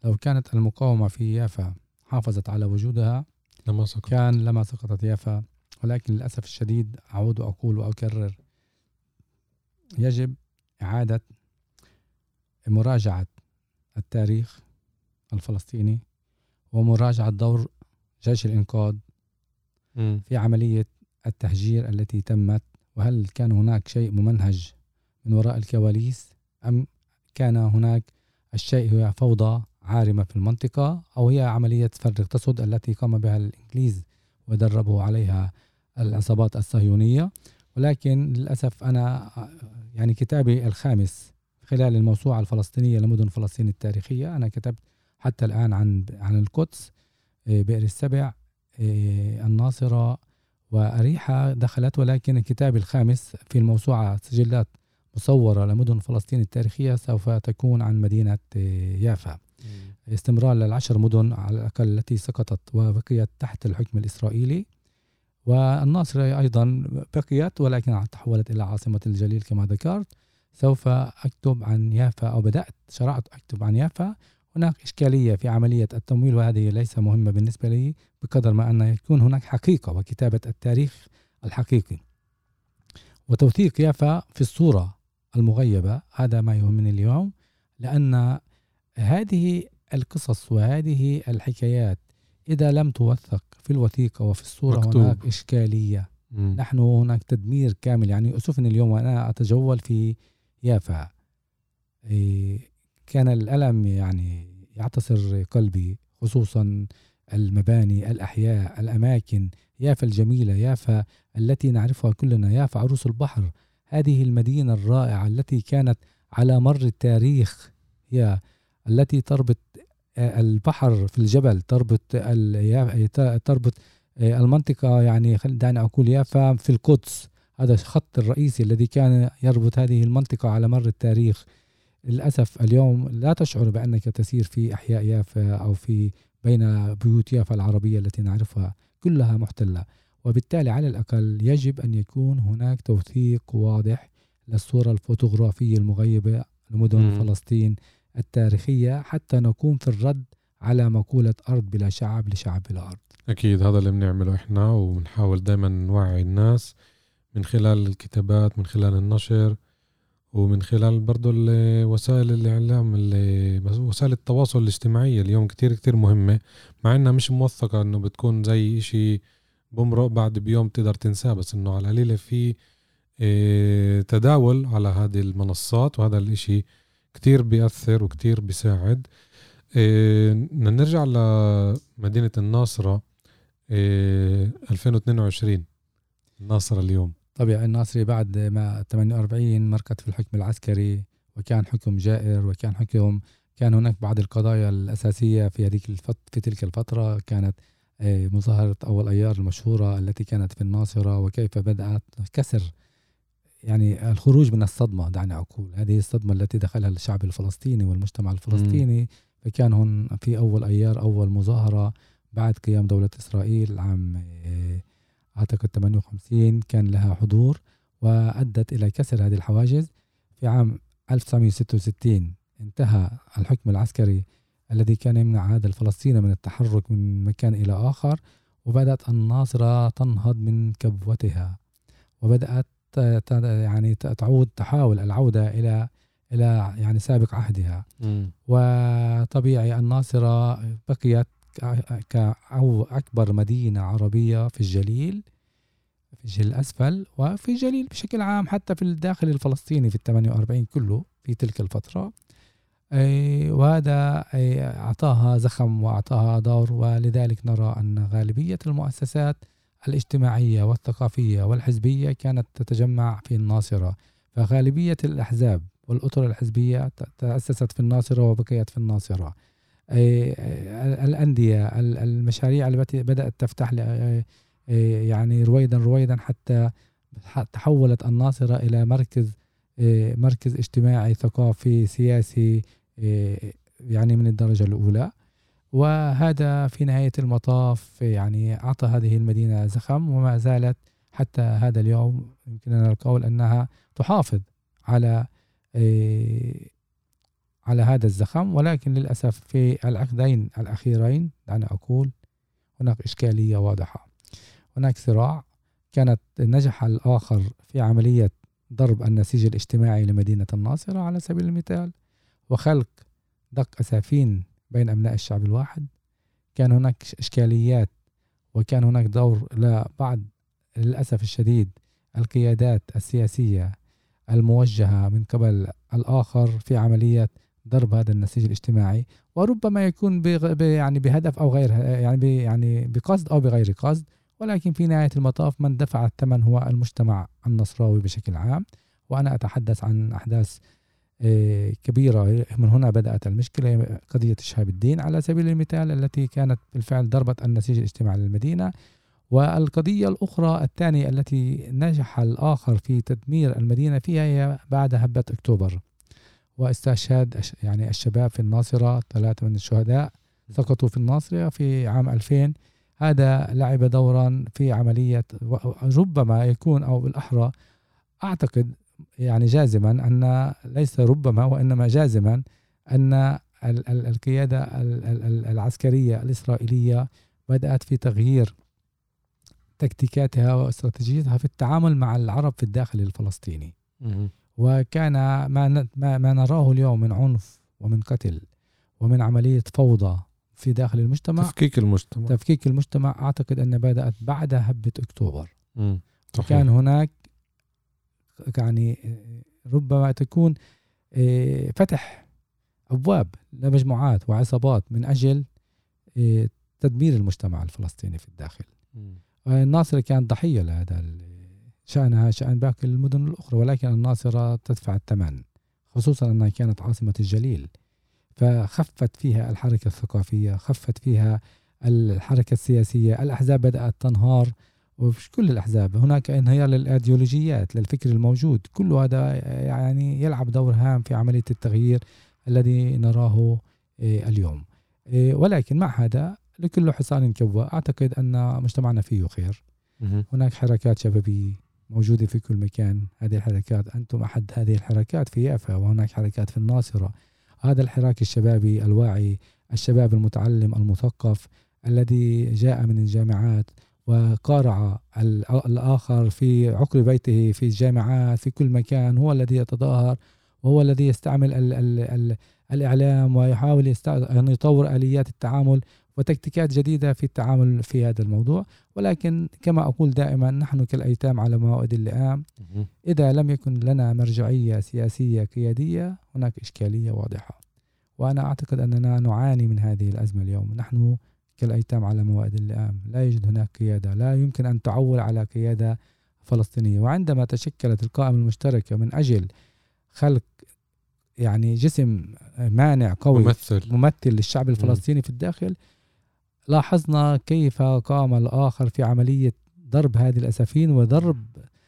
لو كانت المقاومة في يافا حافظت على وجودها لما سقط. كان لما سقطت يافا. ولكن للأسف الشديد أعود وأقول وأكرر، يجب إعادة مراجعة التاريخ الفلسطيني ومراجعة دور جيش الإنقاذ م. في عملية التهجير التي تمت، وهل كان هناك شيء ممنهج من وراء الكواليس أم كان هناك الشيء هي فوضى عارمة في المنطقة، أو هي عملية فرق تصد التي قام بها الإنجليز ودربوا عليها العصابات الصهيونية. ولكن للأسف أنا يعني كتابي الخامس خلال الموسوعة الفلسطينية لمدن فلسطين التاريخية، أنا كتبت حتى الآن عن عن القدس، بئر السبع، الناصرة وأريحة دخلت. ولكن كتابي الخامس في الموسوعة سجلات مصورة لمدن فلسطين التاريخية سوف تكون عن مدينة يافا، استمرار للعشر مدن على الأقل التي سقطت وبقيت تحت الحكم الإسرائيلي. والناصرة أيضا بقيت ولكن تحولت إلى عاصمة الجليل كما ذكرت. سوف أكتب عن يافا أو بدأت شرعت أكتب عن يافا. هناك إشكالية في عملية التمويل وهذه ليس مهمة بالنسبة لي بقدر ما أن يكون هناك حقيقة وكتابة التاريخ الحقيقي وتوثيق يافا في الصورة المغيبة. هذا ما يهمني اليوم، لأن هذه القصص وهذه الحكايات إذا لم توثق في الوثيقة وفي الصورة مكتوب. هناك إشكالية. م. نحن هناك تدمير كامل. يعني أسفني اليوم وأنا أتجول في يافا، كان الألم يعني يعتصر قلبي، خصوصا المباني، الأحياء، الأماكن. يافا الجميلة، يافا التي نعرفها كلنا، يافا عروس البحر، هذه المدينة الرائعة التي كانت على مر التاريخ هي التي تربط البحر في الجبل، تربط تربط المنطقة. يعني دعني أقول يافا في القدس، هذا الخط الرئيسي الذي كان يربط هذه المنطقة على مر التاريخ. للأسف اليوم لا تشعر بأنك تسير في أحياء يافا أو في بين بيوت يافا العربية التي نعرفها، كلها محتلة. وبالتالي على الأقل يجب أن يكون هناك توثيق واضح للصورة الفوتوغرافية المغيبة لمدن م. فلسطين التاريخية، حتى نكون في الرد على مقولة أرض بلا شعب لشعب بلا أرض. أكيد هذا اللي بنعمله إحنا، ونحاول دايما نوعي الناس من خلال الكتابات، من خلال النشر، ومن خلال برضو وسائل الإعلام، وسائل التواصل الاجتماعي اليوم كتير كتير مهمة، مع إنها مش موثقة إنه بتكون زي إشي بمرق بعد بيوم تقدر تنساه، بس إنه على القليلة في اه تداول على هذه المنصات، وهذا الإشي كتير بيأثر وكتير بيساعد. اه نرجع لمدينة الناصرة، اه ألفين واثنين وعشرين الناصرة اليوم. طبعا الناصري بعد ما ثمانية وأربعين مرقت في الحكم العسكري، وكان حكم جائر، وكان حكم كان هناك بعض القضايا الأساسية في هذيك الفترة في تلك الفترة. كانت مظاهرة أول أيار المشهورة التي كانت في الناصرة، وكيف بدأت كسر يعني الخروج من الصدمة. دعني أقول هذه الصدمة التي دخلها الشعب الفلسطيني والمجتمع الفلسطيني. م. فكان هن في أول أيار أول مظاهرة بعد قيام دولة إسرائيل عام أعتقد ثمانية وخمسين كان لها حضور، وأدت إلى كسر هذه الحواجز. في عام ألف وتسعمائة وستة وستين انتهى الحكم العسكري الذي كان يمنع هذا الفلسطيني من التحرك من مكان إلى آخر، وبدأت الناصرة تنهض من كبوتها، وبدأت يعني تعود تحاول العودة إلى إلى يعني سابق عهدها. م. وطبيعي الناصرة بقيت كأو أكبر مدينة عربية في الجليل، في الجليل الأسفل وفي الجليل بشكل عام، حتى في الداخل الفلسطيني في الثمانية وأربعين كله في تلك الفترة. وهذا أعطاها زخم وأعطاها دور. ولذلك نرى أن غالبية المؤسسات الاجتماعية والثقافية والحزبية كانت تتجمع في الناصرة، فغالبية الأحزاب والأطر الحزبية تأسست في الناصرة وبقيت في الناصرة. الأندية، المشاريع التي بدأت تفتح يعني رويدا رويدا حتى تحولت الناصرة إلى مركز مركز اجتماعي ثقافي سياسي يعني من الدرجة الأولى. وهذا في نهاية المطاف يعني أعطى هذه المدينة زخم، وما زالت حتى هذا اليوم يمكننا القول أنها تحافظ على على هذا الزخم، ولكن للأسف في العقدين الأخيرين أنا أقول هناك إشكالية واضحة. هناك صراع. كانت نجح الآخر في عملية ضرب النسيج الاجتماعي لمدينة الناصرة على سبيل المثال، وخلق دق أسافين بين أبناء الشعب الواحد. كان هناك إشكاليات، وكان هناك دور لبعض للأسف الشديد القيادات السياسية الموجهة من قبل الآخر في عملية ضرب هذا النسيج الاجتماعي، وربما يكون بغ... يعني بهدف أو غير يعني ب... يعني بقصد أو بغير قصد، ولكن في نهاية المطاف من دفع الثمن هو المجتمع النصراوي بشكل عام. وأنا أتحدث عن أحداث كبيرة. من هنا بدأت المشكلة، قضية شهاب الدين على سبيل المثال التي كانت بالفعل ضربت النسيج الاجتماعي للمدينة. والقضية الأخرى الثانية التي نجح الآخر في تدمير المدينة فيها هي بعد هبة أكتوبر واستشهاد يعني الشباب في الناصرة. ثلاثة من الشهداء سقطوا في الناصرة في عام ألفين. هذا لعب دورا في عملية، ربما يكون أو بالأحرى أعتقد يعني جازما أن ليس ربما وإنما جازما أن القيادة العسكرية الإسرائيلية بدأت في تغيير تكتيكاتها واستراتيجيتها في التعامل مع العرب في الداخل الفلسطيني. وكان ما ما نراه اليوم من عنف ومن قتل ومن عملية فوضى في داخل المجتمع، تفكيك المجتمع تفكيك المجتمع أعتقد أن بدأت بعد هبة أكتوبر. صحيح. كان هناك يعني ربما تكون فتح أبواب لمجموعات وعصابات من أجل تدمير المجتمع الفلسطيني في الداخل. الناصرة كانت ضحية لهذا، شأنها شأن باقي المدن الأخرى، ولكن الناصرة تدفع الثمن، خصوصا أنها كانت عاصمة الجليل، فخفت فيها الحركة الثقافية، خفت فيها الحركة السياسية. الأحزاب بدأت تنهار، ومش كل الأحزاب، هناك انهيار للأيديولوجيات للفكر الموجود. كل هذا يعني يلعب دور هام في عملية التغيير الذي نراه اليوم. ولكن مع هذا لكل حصان كبوة. أعتقد أن مجتمعنا فيه خير. هناك حركات شبابية موجودة في كل مكان. هذه الحركات أنتم أحد هذه الحركات في يافا، وهناك حركات في الناصرة. هذا الحراك الشبابي الواعي، الشباب المتعلم المثقف الذي جاء من الجامعات وقارع الآخر في عقر بيته في الجامعات في كل مكان، هو الذي يتظاهر وهو الذي يستعمل ال ال ال الإعلام ويحاول أن يطور آليات التعامل وتكتيكات جديدة في التعامل في هذا الموضوع. ولكن كما أقول دائما نحن كالأيتام على موائد اللئام. إذا لم يكن لنا مرجعية سياسية قيادية هناك إشكالية واضحة، وأنا أعتقد أننا نعاني من هذه الأزمة اليوم. نحن كالأيتام على موائد اللئام، لا يوجد هناك قيادة، لا يمكن أن تعول على قيادة فلسطينية. وعندما تشكلت القائمة المشتركة من أجل خلق يعني جسم مانع قوي ممثل, ممثل للشعب الفلسطيني في الداخل، لاحظنا كيف قام الآخر في عملية ضرب هذه الأسفين وضرب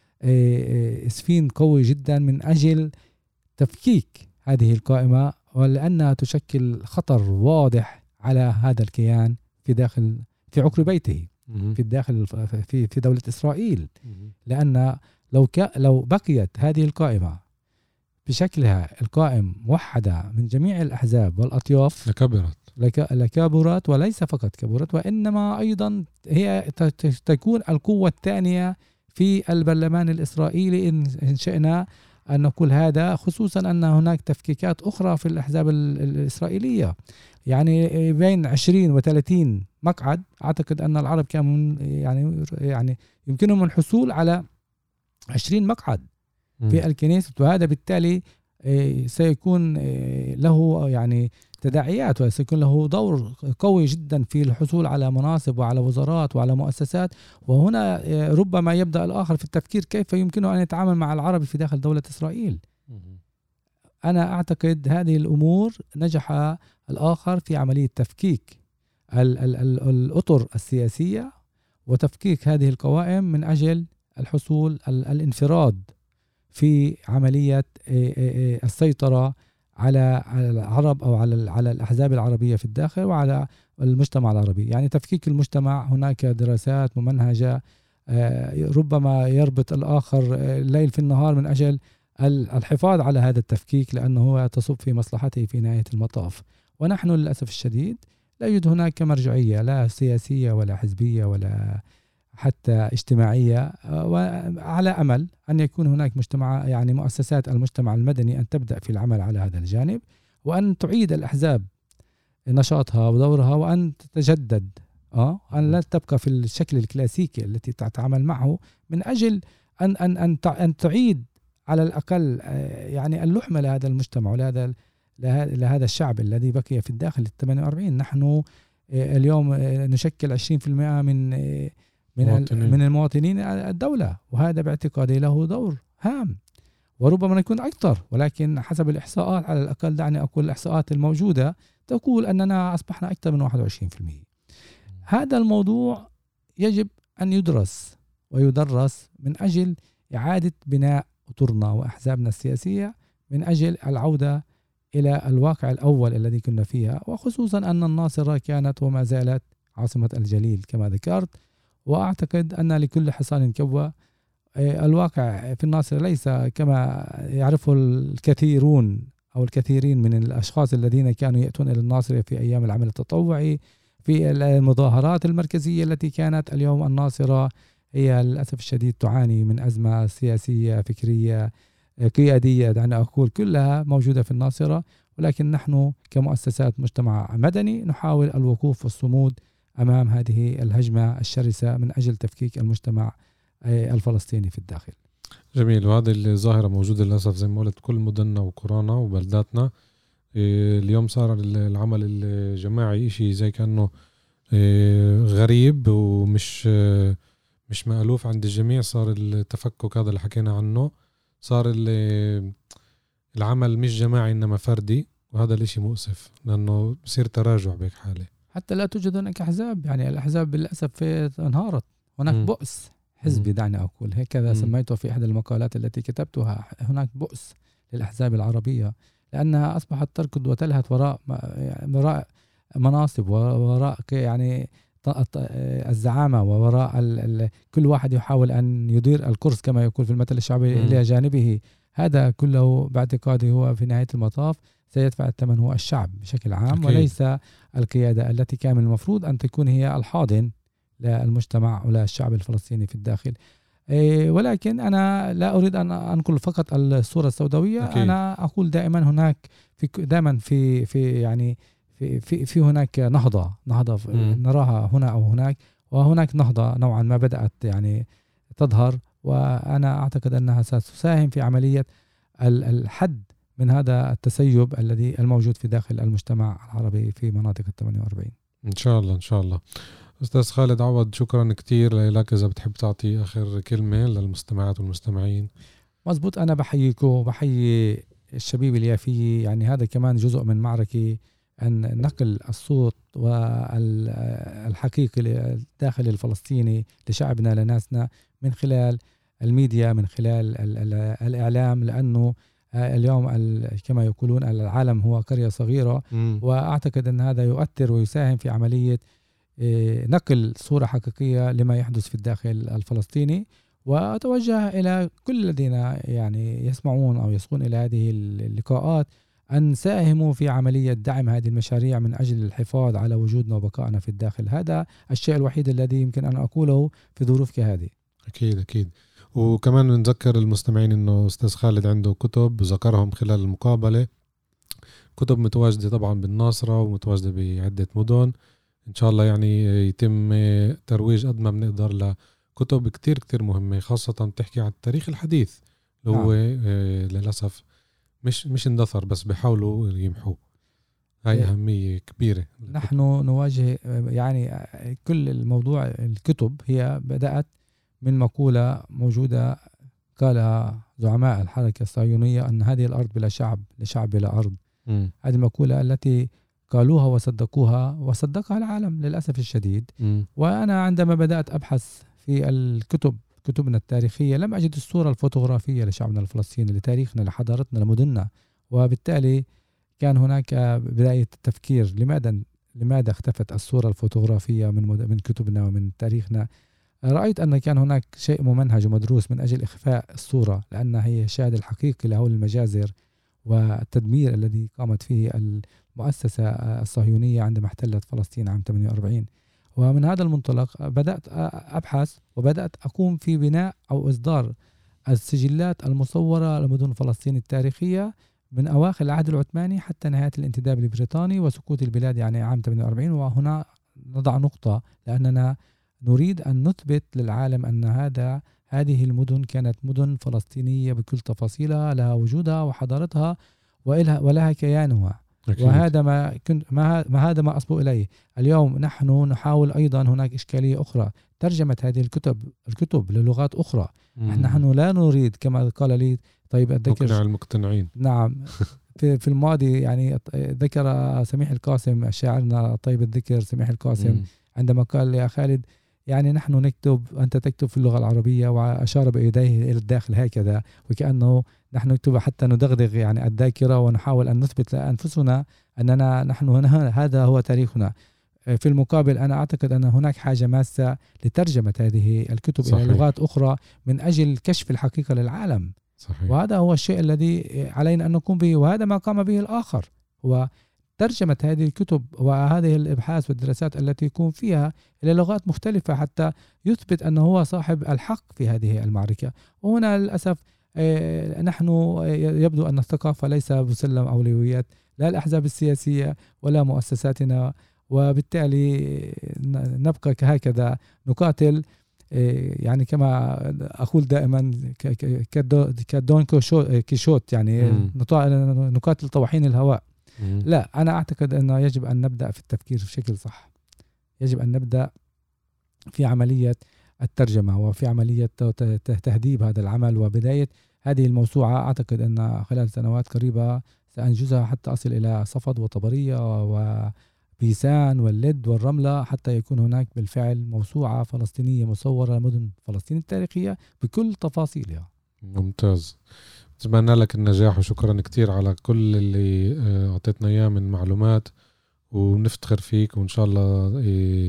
إسفين قوي جدا من أجل تفكيك هذه القائمة، ولأنها تشكل خطر واضح على هذا الكيان في داخل في عقر بيته في الداخل في في دولة إسرائيل. لأن لو ك لو بقيت هذه القائمة بشكلها القائم موحدة من جميع الأحزاب والأطياف لكبرت لك لكبرت وليس فقط كبرت، وإنما أيضا هي تكون القوة الثانية في البرلمان الإسرائيلي إن شئنا أن نقول هذا، خصوصا أن هناك تفكيكات أخرى في الأحزاب الإسرائيلية. يعني بين عشرين وثلاثين مقعد، أعتقد أن العرب كانوا يعني يعني يمكنهم الحصول على عشرين مقعد في الكنيسة، وهذا بالتالي سيكون له يعني تداعيات وسيكون له دور قوي جدا في الحصول على مناصب وعلى وزارات وعلى مؤسسات. وهنا ربما يبدأ الآخر في التفكير كيف يمكنه أن يتعامل مع العرب في داخل دولة إسرائيل. أنا أعتقد هذه الأمور نجح الآخر في عملية تفكيك ال ال ال الأطر السياسية وتفكيك هذه القوائم من أجل الحصول الانفراد في عملية السيطرة على العرب أو على على الأحزاب العربية في الداخل وعلى المجتمع العربي. يعني تفكيك المجتمع، هناك دراسات ممنهجة ربما يربط الآخر الليل في النهار من أجل الحفاظ على هذا التفكيك لأنه هو تصب في مصلحته في نهاية المطاف. ونحن للأسف الشديد لا يوجد هناك مرجعية لا سياسية ولا حزبية ولا حتى اجتماعية، وعلى أمل أن يكون هناك مجتمع يعني مؤسسات المجتمع المدني أن تبدأ في العمل على هذا الجانب، وأن تعيد الأحزاب نشاطها ودورها، وأن تتجدد اه أن لا تبقى في الشكل الكلاسيكي التي تتعامل معه، من أجل أن أن أن أن تعيد على الأقل يعني اللحمة لهذا المجتمع ولهذا لهذا الشعب الذي بقي في الداخل الثمانية وأربعين. نحن اليوم نشكل عشرين بالمئة من من مواطنين. من المواطنين الدولة، وهذا باعتقادي له دور هام، وربما يكون أكثر، ولكن حسب الإحصاءات على الأقل، دعني أقول الإحصاءات الموجودة تقول أننا أصبحنا أكثر من واحد وعشرين بالمئة. هذا الموضوع يجب أن يدرس ويدرس من أجل إعادة بناء أطرنا وأحزابنا السياسية، من أجل العودة إلى الواقع الأول الذي كنا فيها، وخصوصا أن الناصرة كانت وما زالت عاصمة الجليل كما ذكرت. وأعتقد أن لكل حصان كبوة. الواقع في الناصرة ليس كما يعرفه الكثيرون أو الكثيرين من الأشخاص الذين كانوا يأتون إلى الناصرة في أيام العمل التطوعي، في المظاهرات المركزية التي كانت. اليوم الناصرة هي للأسف الشديد تعاني من أزمة سياسية فكرية قيادية، دعني أقول كلها موجودة في الناصرة. ولكن نحن كمؤسسات مجتمع مدني نحاول الوقوف والصمود أمام هذه الهجمة الشرسة من أجل تفكيك المجتمع الفلسطيني في الداخل. جميل. وهذه الظاهرة موجودة للأسف زي ما قلت كل مدننا وقرانا وبلداتنا. اليوم صار العمل الجماعي إشي زي كأنه غريب ومش مش مألوف عند الجميع. صار التفكك هذا اللي حكينا عنه، صار العمل مش جماعي إنما فردي، وهذا الإشي مؤسف لأنه بصير تراجع بهيك حالة. حتى لا توجد هناك أحزاب، يعني الأحزاب للأسف انهارت. هناك م. بؤس حزبي، دعني أقول هكذا سميته في إحدى المقالات التي كتبتها. هناك بؤس للأحزاب العربية لأنها أصبحت تركض وتلهث وراء وراء مناصب ووراء يعني الزعامة، ووراء ال ال كل واحد يحاول أن يدير الكرسي كما يقول في المثل الشعبي إلى جانبه. هذا كله باعتقادي هو في نهاية المطاف سيدفع الثمن هو الشعب بشكل عام، أكيد. وليس القيادة التي كان من المفروض أن تكون هي الحاضن للمجتمع ولا الشعب الفلسطيني في الداخل. ولكن أنا لا أريد أن أنقل فقط الصورة السوداوية، أكيد. أنا أقول دائما هناك في دائما في في يعني في في, في هناك نهضة نهضة نراها هنا أو هناك، وهناك نهضة نوعا ما بدأت يعني تظهر، وأنا أعتقد أنها ستساهم في عملية الحد من هذا التسيب الذي الموجود في داخل المجتمع العربي في مناطق الثمانية وأربعين. إن شاء الله إن شاء الله. أستاذ خالد عوض، شكرا كتير لك. إذا بتحب تعطي آخر كلمة للمستمعات والمستمعين. مزبوط، أنا بحييكم وبحيي الشبيب اليافي. يعني هذا كمان جزء من معركة أن نقل الصوت والحقيقي للداخل الفلسطيني لشعبنا لناسنا من خلال الميديا، من خلال الإعلام، لأنه اليوم كما يقولون العالم هو قرية صغيرة. م. وأعتقد أن هذا يؤثر ويساهم في عملية نقل صورة حقيقية لما يحدث في الداخل الفلسطيني. وأتوجه إلى كل الذين يعني يسمعون أو يسقون إلى هذه اللقاءات أن ساهموا في عملية دعم هذه المشاريع من أجل الحفاظ على وجودنا وبقائنا في الداخل. هذا الشيء الوحيد الذي يمكن أن أقوله في ظروف كهذه. أكيد أكيد. وكمان نذكر المستمعين أنه أستاذ خالد عنده كتب ذكرهم خلال المقابلة، كتب متواجدة طبعا بالناصرة ومتواجدة بعدة مدن. إن شاء الله يعني يتم ترويج قد ما بنقدر لكتب كتير كتير مهمة، خاصة بتحكي عن التاريخ الحديث اللي هو آه للأسف مش مش اندثر، بس بيحاولوا يمحوه. هاي أهمية كبيرة. نحن نواجه يعني كل الموضوع الكتب هي بدأت من مقولة موجودة قالها زعماء الحركة الصهيونية أن هذه الأرض بلا شعب لشعب بلا أرض. م. هذه المقولة التي قالوها وصدقوها وصدقها العالم للأسف الشديد. م. وأنا عندما بدأت أبحث في الكتب كتبنا التاريخية لم أجد الصورة الفوتوغرافية لشعبنا الفلسطيني، لتاريخنا، لحضارتنا، لمدننا. وبالتالي كان هناك بداية التفكير لماذا لماذا اختفت الصورة الفوتوغرافية من من كتبنا ومن تاريخنا. رأيت أن كان هناك شيء ممنهج ومدروس من أجل إخفاء الصورة، لأنها هي الشاهد الحقيقي لهول المجازر والتدمير الذي قامت فيه المؤسسة الصهيونية عندما احتلت فلسطين عام ثمانية وأربعين. ومن هذا المنطلق بدأت أبحث وبدأت أقوم في بناء أو إصدار السجلات المصورة لمدن فلسطين التاريخية من أواخر العهد العثماني حتى نهاية الانتداب البريطاني وسقوط البلاد يعني عام ثمانية وأربعين. وهنا نضع نقطة، لأننا نريد أن نثبت للعالم أن هذا هذه المدن كانت مدن فلسطينية بكل تفاصيلها، لها وجودها وحضارتها ولها, ولها كيانها. أكيد. وهذا ما كنت ما, ما هذا ما أصبو إليه اليوم. نحن نحاول أيضا، هناك إشكالية أخرى، ترجمة هذه الكتب الكتب للغات أخرى. مم. نحن لا نريد كما قال لي طيب الذكر مقنع المقتنعين. نعم. في, في الماضي يعني ذكر سميح القاسم شاعرنا طيب الذكر سميح القاسم مم. عندما قال يا خالد يعني نحن نكتب، أنت تكتب في اللغة العربية، وأشار بيديه إلى الداخل هكذا، وكأنه نحن نكتب حتى ندغدغ يعني الذاكرة ونحاول أن نثبت لأنفسنا أننا نحن هنا هذا هو تاريخنا. في المقابل أنا أعتقد أن هناك حاجة ماسة لترجمة هذه الكتب صحيح. إلى لغات أخرى من أجل كشف الحقيقة للعالم. صحيح. وهذا هو الشيء الذي علينا أن نقوم به، وهذا ما قام به الآخر، هو ترجمة هذه الكتب وهذه الإبحاث والدراسات التي يكون فيها إلى لغات مختلفة حتى يثبت أنه هو صاحب الحق في هذه المعركة. وهنا للأسف نحن يبدو أن الثقافة ليس بسلم أولويات لا الأحزاب السياسية ولا مؤسساتنا، وبالتالي نبقى هكذا نقاتل يعني كما أقول دائما كدون كيشوت يعني نقاتل طواحين الهواء. لا، أنا أعتقد أنه يجب أن نبدأ في التفكير بشكل صح. يجب أن نبدأ في عملية الترجمة وفي عملية تهذيب هذا العمل وبداية هذه الموسوعة. أعتقد أن خلال سنوات قريبة سأنجزها حتى أصل إلى صفد وطبرية وبيسان واللد والرملة، حتى يكون هناك بالفعل موسوعة فلسطينية مصورة لمدن فلسطين التاريخية بكل تفاصيلها. ممتاز، أتمنى لك النجاح وشكرا كتير على كل اللي أعطيتنا إياه من معلومات، ونفتخر فيك، وإن شاء الله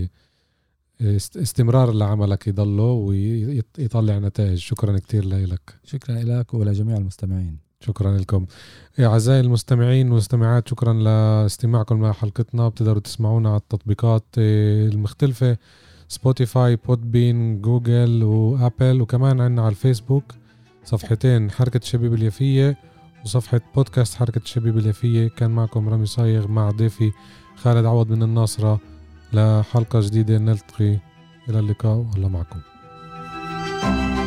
استمرار لعملك يضله ويطلع نتائج. شكرا كتير لك. شكرا لك ولجميع المستمعين. شكرا لكم أعزائي المستمعين والمستمعات، شكرا لاستماعكم لحلقتنا. بتقدروا تسمعونا على التطبيقات المختلفة، سبوتيفاي، بودبين، جوجل وآبل، وكمان عنا على الفيسبوك صفحتين، حركة الشبيب اليافية وصفحة بودكاست حركة الشبيب اليافية. كان معكم رامي صايغ مع ضيفي خالد عوض من الناصرة لحلقة جديدة. نلتقي، إلى اللقاء والله معكم.